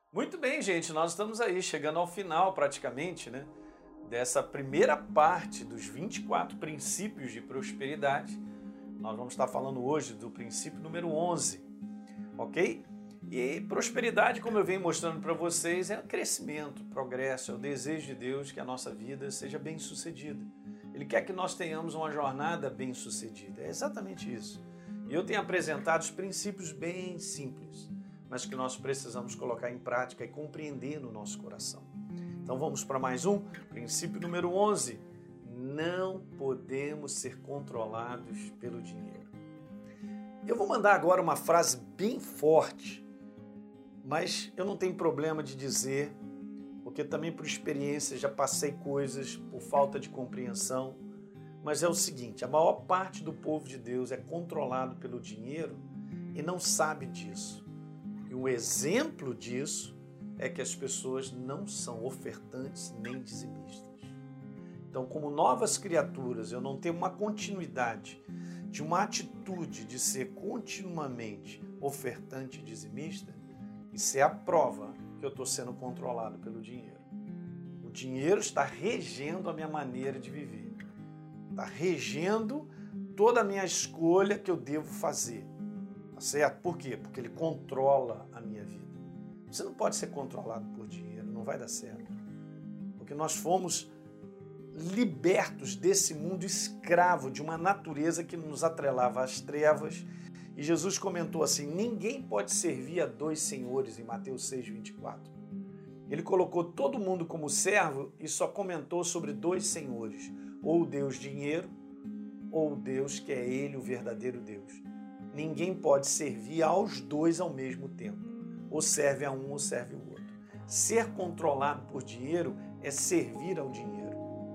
Muito bem, gente, nós estamos aí chegando ao final praticamente, né, dessa primeira parte dos 24 princípios de prosperidade. Nós vamos estar falando hoje do princípio número 11, ok? E prosperidade, como eu venho mostrando para vocês, é crescimento, progresso, é o desejo de Deus que a nossa vida seja bem-sucedida. Ele quer que nós tenhamos uma jornada bem-sucedida, é exatamente isso. E eu tenho apresentado os princípios bem simples, mas que nós precisamos colocar em prática e compreender no nosso coração. Então vamos para mais um, princípio número 11. Não podemos ser controlados pelo dinheiro. Eu vou mandar agora uma frase bem forte, mas eu não tenho problema de dizer, porque também por experiência já passei coisas por falta de compreensão, mas é o seguinte, a maior parte do povo de Deus é controlado pelo dinheiro e não sabe disso. E um exemplo disso é que as pessoas não são ofertantes nem dizimistas. Então, como novas criaturas, eu não tenho uma continuidade de uma atitude de ser continuamente ofertante e dizimista, isso é a prova que eu estou sendo controlado pelo dinheiro. O dinheiro está regendo a minha maneira de viver. Está regendo toda a minha escolha que eu devo fazer. Certo? Por quê? Porque ele controla a minha vida. Você não pode ser controlado por dinheiro, não vai dar certo. Porque nós fomos libertos desse mundo escravo, de uma natureza que nos atrelava às trevas. E Jesus comentou assim, ninguém pode servir a dois senhores, em Mateus 6:24. Ele colocou todo mundo como servo e só comentou sobre dois senhores, ou o Deus dinheiro, ou o Deus que é ele, o verdadeiro Deus. Ninguém pode servir aos dois ao mesmo tempo. Ou serve a um ou serve o outro. Ser controlado por dinheiro é servir ao dinheiro.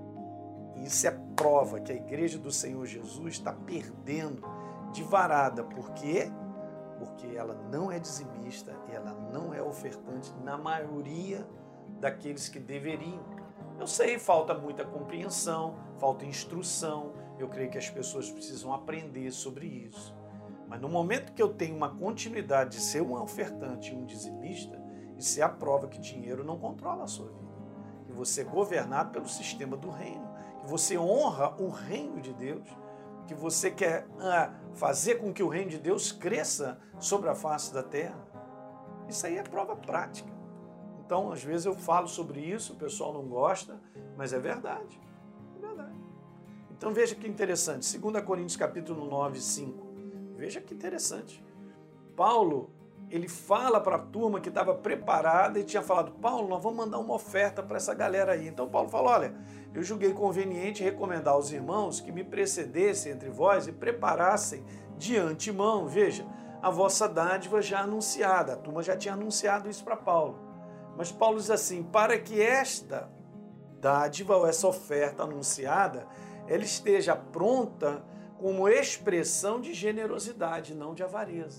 E isso é prova que a igreja do Senhor Jesus está perdendo de varada. Por quê? Porque ela não é dizimista e ela não é ofertante na maioria daqueles que deveriam. Eu sei, falta muita compreensão, falta instrução. Eu creio que as pessoas precisam aprender sobre isso. Mas no momento que eu tenho uma continuidade de ser um ofertante e um dizimista, isso é a prova que dinheiro não controla a sua vida. Que você é governado pelo sistema do reino, que você honra o reino de Deus, que você quer fazer com que o reino de Deus cresça sobre a face da terra. Isso aí é prova prática. Então, às vezes eu falo sobre isso, o pessoal não gosta, mas é verdade. É verdade. Então veja que interessante, 2 Coríntios capítulo 9, 5. Veja que interessante. Paulo, ele fala para a turma que estava preparada e tinha falado, Paulo, nós vamos mandar uma oferta para essa galera aí. Então Paulo falou, olha, eu julguei conveniente recomendar aos irmãos que me precedessem entre vós e preparassem de antemão, veja, a vossa dádiva já anunciada. A turma já tinha anunciado isso para Paulo. Mas Paulo diz assim, para que esta dádiva ou essa oferta anunciada, ela esteja pronta como expressão de generosidade, não de avareza.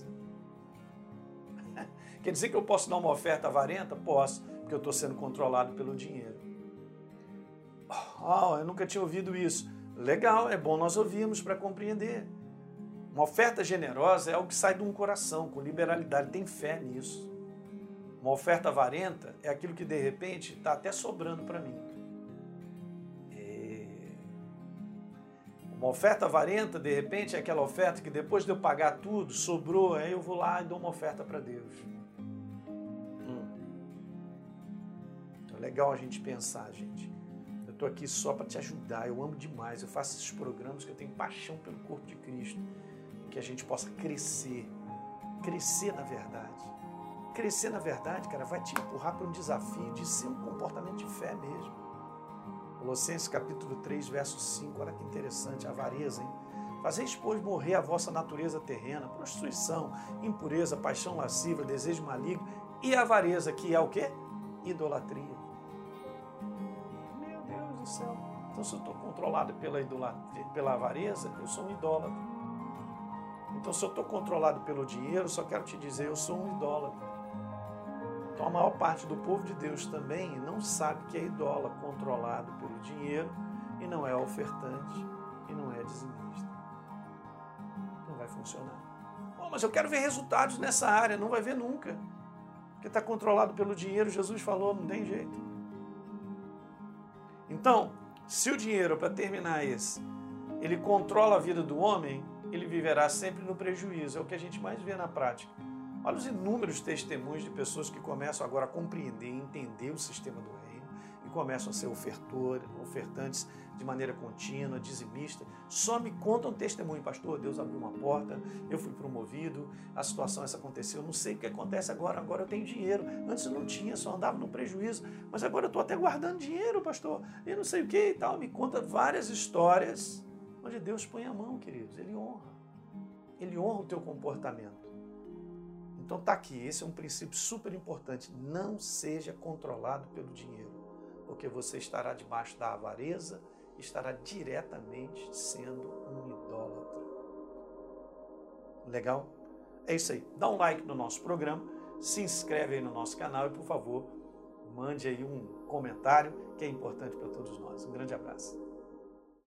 Quer dizer que eu posso dar uma oferta avarenta? Posso, porque eu estou sendo controlado pelo dinheiro. Eu nunca tinha ouvido isso. Legal, é bom nós ouvirmos para compreender. Uma oferta generosa é algo que sai de um coração, com liberalidade, tem fé nisso. Uma oferta avarenta é aquilo que de repente está até sobrando para mim. Uma oferta avarenta, de repente, é aquela oferta que depois de eu pagar tudo, sobrou, aí eu vou lá e dou uma oferta para Deus. É legal a gente pensar, gente. Eu estou aqui só para te ajudar, eu amo demais, eu faço esses programas que eu tenho paixão pelo corpo de Cristo, que a gente possa crescer na verdade. Crescer na verdade, cara, vai te empurrar para um desafio de ser um comportamento de fé mesmo. Colossenses capítulo 3, verso 5, olha que interessante, a avareza, hein? Fazeis, pois, morrer a vossa natureza terrena, prostituição, impureza, paixão lasciva, desejo maligno e avareza, que é o quê? Idolatria. Meu Deus do céu. Então, se eu estou controlado pela idolatria, pela avareza, eu sou um idólatra. Então, se eu estou controlado pelo dinheiro, só quero te dizer, eu sou um idólatra. Então a maior parte do povo de Deus também não sabe que é idólatra, controlado pelo dinheiro e não é ofertante e não é dizimista. Não vai funcionar. Mas eu quero ver resultados nessa área. Não vai ver nunca. Porque está controlado pelo dinheiro, Jesus falou, não tem jeito. Então, se o dinheiro, para terminar esse, ele controla a vida do homem, ele viverá sempre no prejuízo. É o que a gente mais vê na prática. Olha os inúmeros testemunhos de pessoas que começam agora a compreender e entender o sistema do reino e começam a ser ofertantes de maneira contínua, dizimista. Só me contam testemunho, pastor, Deus abriu uma porta, eu fui promovido, a situação essa aconteceu, não sei o que acontece agora eu tenho dinheiro. Antes eu não tinha, só andava no prejuízo, mas agora eu estou até guardando dinheiro, pastor, e não sei o que e tal. Me conta várias histórias onde Deus põe a mão, queridos, Ele honra o teu comportamento. Então tá aqui, esse é um princípio super importante. Não seja controlado pelo dinheiro, porque você estará debaixo da avareza e estará diretamente sendo um idólatra. Legal? É isso aí. Dá um like no nosso programa, se inscreve aí no nosso canal e, por favor, mande aí um comentário que é importante para todos nós. Um grande abraço.